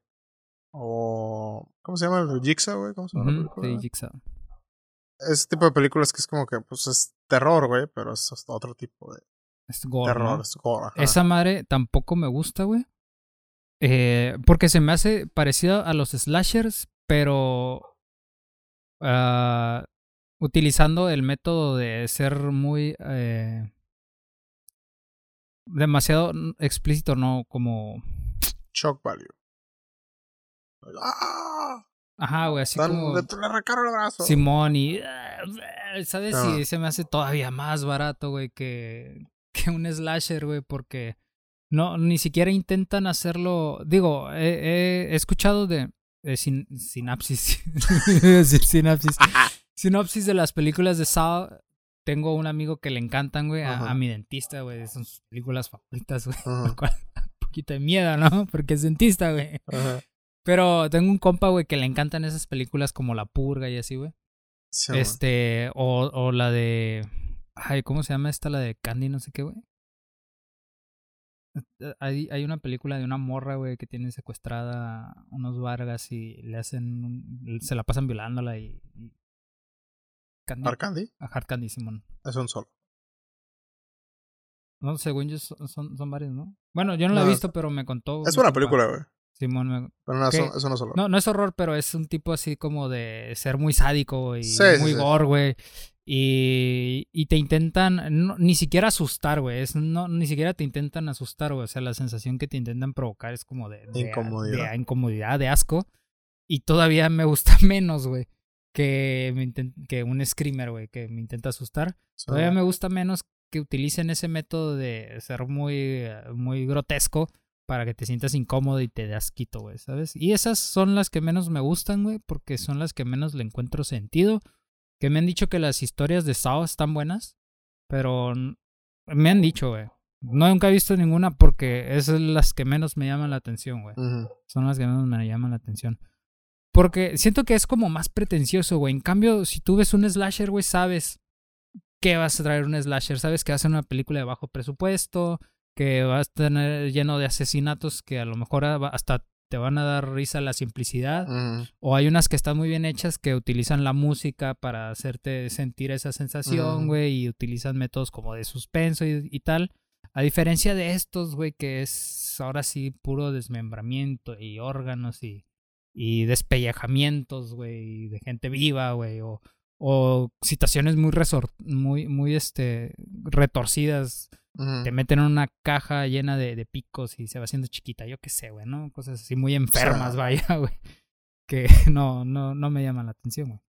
O ¿cómo se llama el Jigsaw, güey? ¿Cómo se llama uh-huh, la película? Sí, Jigsaw. Ese tipo de películas que es como que pues es terror, güey, pero es otro tipo de es gore, terror, ¿no? es gore. Ajá. Esa madre tampoco me gusta, güey. Eh, porque se me hace parecido a los slashers, pero uh, utilizando el método de ser muy eh, demasiado explícito, no como shock value. ¡Ah! Ajá, güey, así Tan, como le, le arrancaron el brazo. Simón y ¿sabes? No. Y se me hace todavía más barato, güey, que, que un slasher, güey, porque no, ni siquiera intentan hacerlo. Digo, he, he escuchado de, de sin, sinapsis. sinapsis. Sinopsis de las películas de Saw. Tengo un amigo que le encantan, güey, a, a mi dentista, güey. Son sus películas favoritas, güey. Por cual, un poquito de miedo, ¿no? Porque es dentista, güey. Pero tengo un compa, güey, que le encantan esas películas como La Purga y así, güey. Sí, este, o, o la de... Ay, ¿cómo se llama esta? La de Candy, no sé qué, güey. Hay, hay una película de una morra, güey, que tiene secuestrada a unos vargas y le hacen... Un, se la pasan violándola y... y Candy. ¿Hard Candy? A Hard Candy, Simón. Es un solo. No, según yo son, son, son varios, ¿no? Bueno, yo no, no la he visto, pero me contó... Es una película, güey. Simón, me... Pero no, eso, eso no es horror. No, no es horror, pero es un tipo así como de ser muy sádico y sí, muy sí, gore, güey. Y, y te intentan, no, ni siquiera asustar, güey. Es, no, ni siquiera te intentan asustar, güey. O sea, la sensación que te intentan provocar es como de, de incomodidad. De, de incomodidad, de asco. Y todavía me gusta menos, güey, que, me intent, que un screamer, güey, que me intenta asustar. Sí. Todavía me gusta menos que utilicen ese método de ser muy, muy grotesco para que te sientas incómodo y te dé asquito, güey, ¿sabes? Y esas son las que menos me gustan, güey, porque son las que menos le encuentro sentido. Que me han dicho que las historias de Saw están buenas, pero me han dicho, güey. No nunca he visto ninguna porque esas son las que menos me llaman la atención, güey. Uh-huh. Son las que menos me llaman la atención. Porque siento que es como más pretencioso, güey. En cambio, si tú ves un slasher, güey, sabes que vas a traer un slasher. Sabes que va a ser una película de bajo presupuesto, que va a estar lleno de asesinatos que a lo mejor hasta te van a dar risa la simplicidad. Uh-huh. O hay unas que están muy bien hechas que utilizan la música para hacerte sentir esa sensación, güey. Uh-huh. Y utilizan métodos como de suspenso y, y tal. A diferencia de estos, güey, que es ahora sí puro desmembramiento y órganos y, y despellejamientos, güey, de gente viva, güey. O, o situaciones muy, resort, muy, muy este, retorcidas. Uh-huh. Te meten en una caja llena de, de picos y se va haciendo chiquita. Yo qué sé, güey, ¿no? Cosas así muy enfermas, o sea, vaya, güey. Que no, no, no me llaman la atención, güey.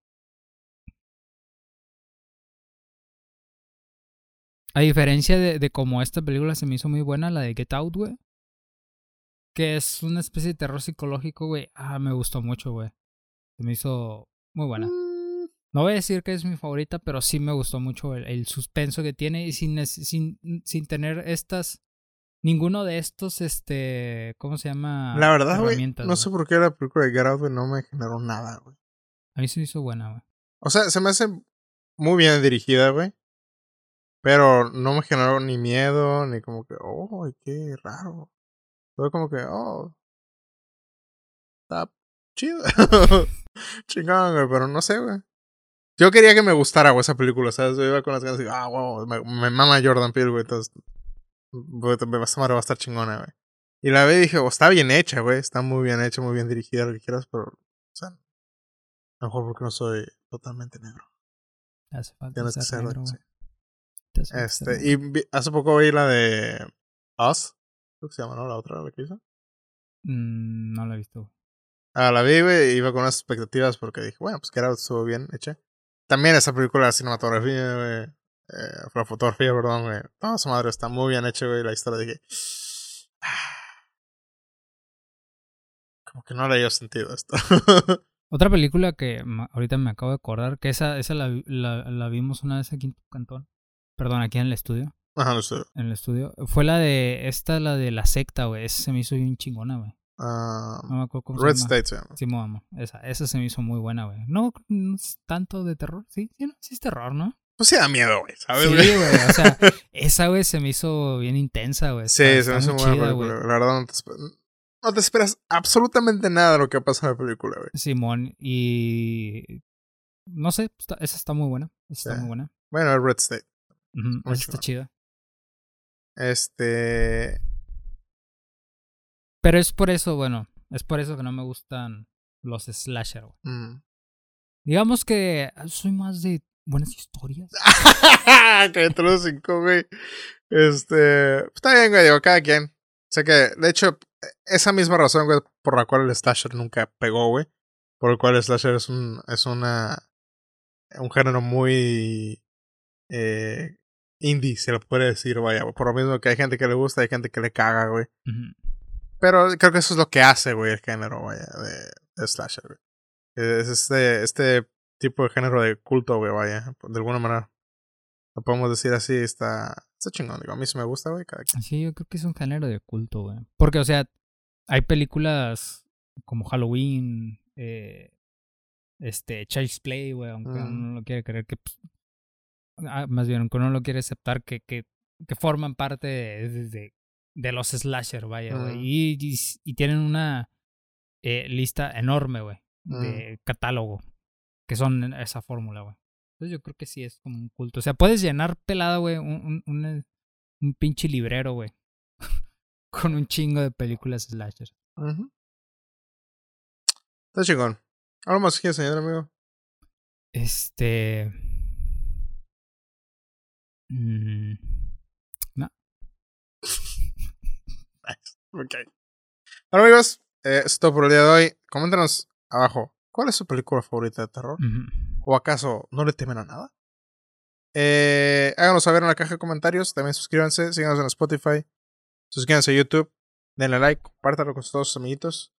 A diferencia de, de como esta película se me hizo muy buena, la de Get Out, güey. Que es una especie de terror psicológico, güey. Ah, me gustó mucho, güey. Se me hizo muy buena. No voy a decir que es mi favorita, pero sí me gustó mucho el, el suspenso que tiene. Y sin, sin, sin tener estas... Ninguno de estos, este... ¿Cómo se llama? La verdad, güey, no wey. sé por qué la película de Get Out, güey, no me generó nada, güey. A mí se me hizo buena, güey. O sea, se me hace muy bien dirigida, güey. Pero no me generó ni miedo, ni como que, oh, qué raro. Fue como que, oh, está chido. Chingón, güey, pero no sé, güey. Yo quería que me gustara, güey, esa película, ¿sabes? Yo iba con las ganas de, ah, wow, me, me mama Jordan Peele, güey, entonces, esa madre va a estar chingona, güey. Y la vi y dije, oh, está bien hecha, güey, está muy bien hecha, muy bien dirigida, lo que quieras, pero, o sea, a lo mejor porque no soy totalmente negro. Hace falta Tienes ser que ser, negro, sí. Este, y vi, hace poco vi la de Us, creo que se llama, ¿no? La otra, la que hizo. Mm, no la he visto. Ah, la vi, güey, iba con unas expectativas porque dije, bueno, pues que era, estuvo bien hecha. También esa película, la cinematografía, güey, eh, la fotografía, perdón, güey, toda su madre está muy bien hecha, güey, la historia dije, ah, como que no le dio sentido esto. Otra película que ahorita me acabo de acordar, que esa, esa la, la, la vimos una vez aquí en tu cantón. Perdón, aquí en el estudio. Ajá, en el estudio. En el estudio. Fue la de, esta, la de la secta, güey. Esa se me hizo bien chingona, güey. Uh, no me acuerdo cómo Red se llama. State se llama. Sí, mamá. Esa, esa se me hizo muy buena, güey. No, no es tanto de terror. Sí, sí, no, sí es terror, ¿no? Pues sí da miedo, güey, ¿sabes? Sí, güey. O sea, esa, güey, se me hizo bien intensa, güey. Sí, está, se me hizo muy buena película. La verdad, no te, no te esperas absolutamente nada de lo que pasa en la película, güey. Simón, y... No sé, está, esa está muy buena. Esa está sí. muy buena. Bueno, Red State. Uh-huh, esa está chida. Este... Pero es por eso, bueno, es por eso que no me gustan los slasher, güey. Mm. Digamos que soy más de buenas historias. Que entre los cinco, güey. Este... Está bien, güey, digo, cada quien. Sé que, de hecho, esa misma razón, güey, por la cual el slasher nunca pegó, güey. Por el cual el slasher es un... Es una... Un género muy... Eh... Indie, se lo puede decir, vaya. Por lo mismo que hay gente que le gusta, hay gente que le caga, güey. Uh-huh. Pero creo que eso es lo que hace, güey, el género, vaya, de, de slasher, güey. Es este, este tipo de género de culto, güey, vaya. De alguna manera. Lo podemos decir así, está, está chingón, digo. A mí sí me gusta, güey, cada quien. Sí, yo creo que es un género de culto, güey. Porque, o sea, hay películas como Halloween, eh, este, Child's Play, güey, aunque mm. uno no lo quiere creer que... Pues, ah, más bien, aunque uno no lo quiere aceptar que, que, que forman parte de... de, de de los slasher, vaya, güey. Mm. Y, y, y tienen una eh, lista enorme, güey, de mm. catálogo, que son esa fórmula, güey. Entonces yo creo que sí es como un culto. O sea, puedes llenar pelada, güey, un, un, un, un pinche librero, güey, con un chingo de películas slasher. Uh-huh. Está chingón. ¿Algo más que señor amigo? Este... Mm... No. Ok. Bueno, amigos, eh, eso es todo por el día de hoy. Coméntanos abajo, ¿cuál es su película favorita de terror? Uh-huh. ¿O acaso no le temen a nada? Eh, háganos saber en la caja de comentarios. También suscríbanse, síganos en Spotify, suscríbanse a YouTube. denle like, compártanlo con todos sus amiguitos.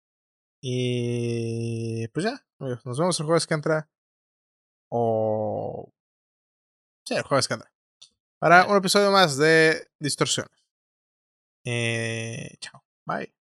Y pues ya, amigos, nos vemos el jueves que entra. O... Sí, el jueves que entra. Para un episodio más de Distorsiones. Eh, chao. Bye.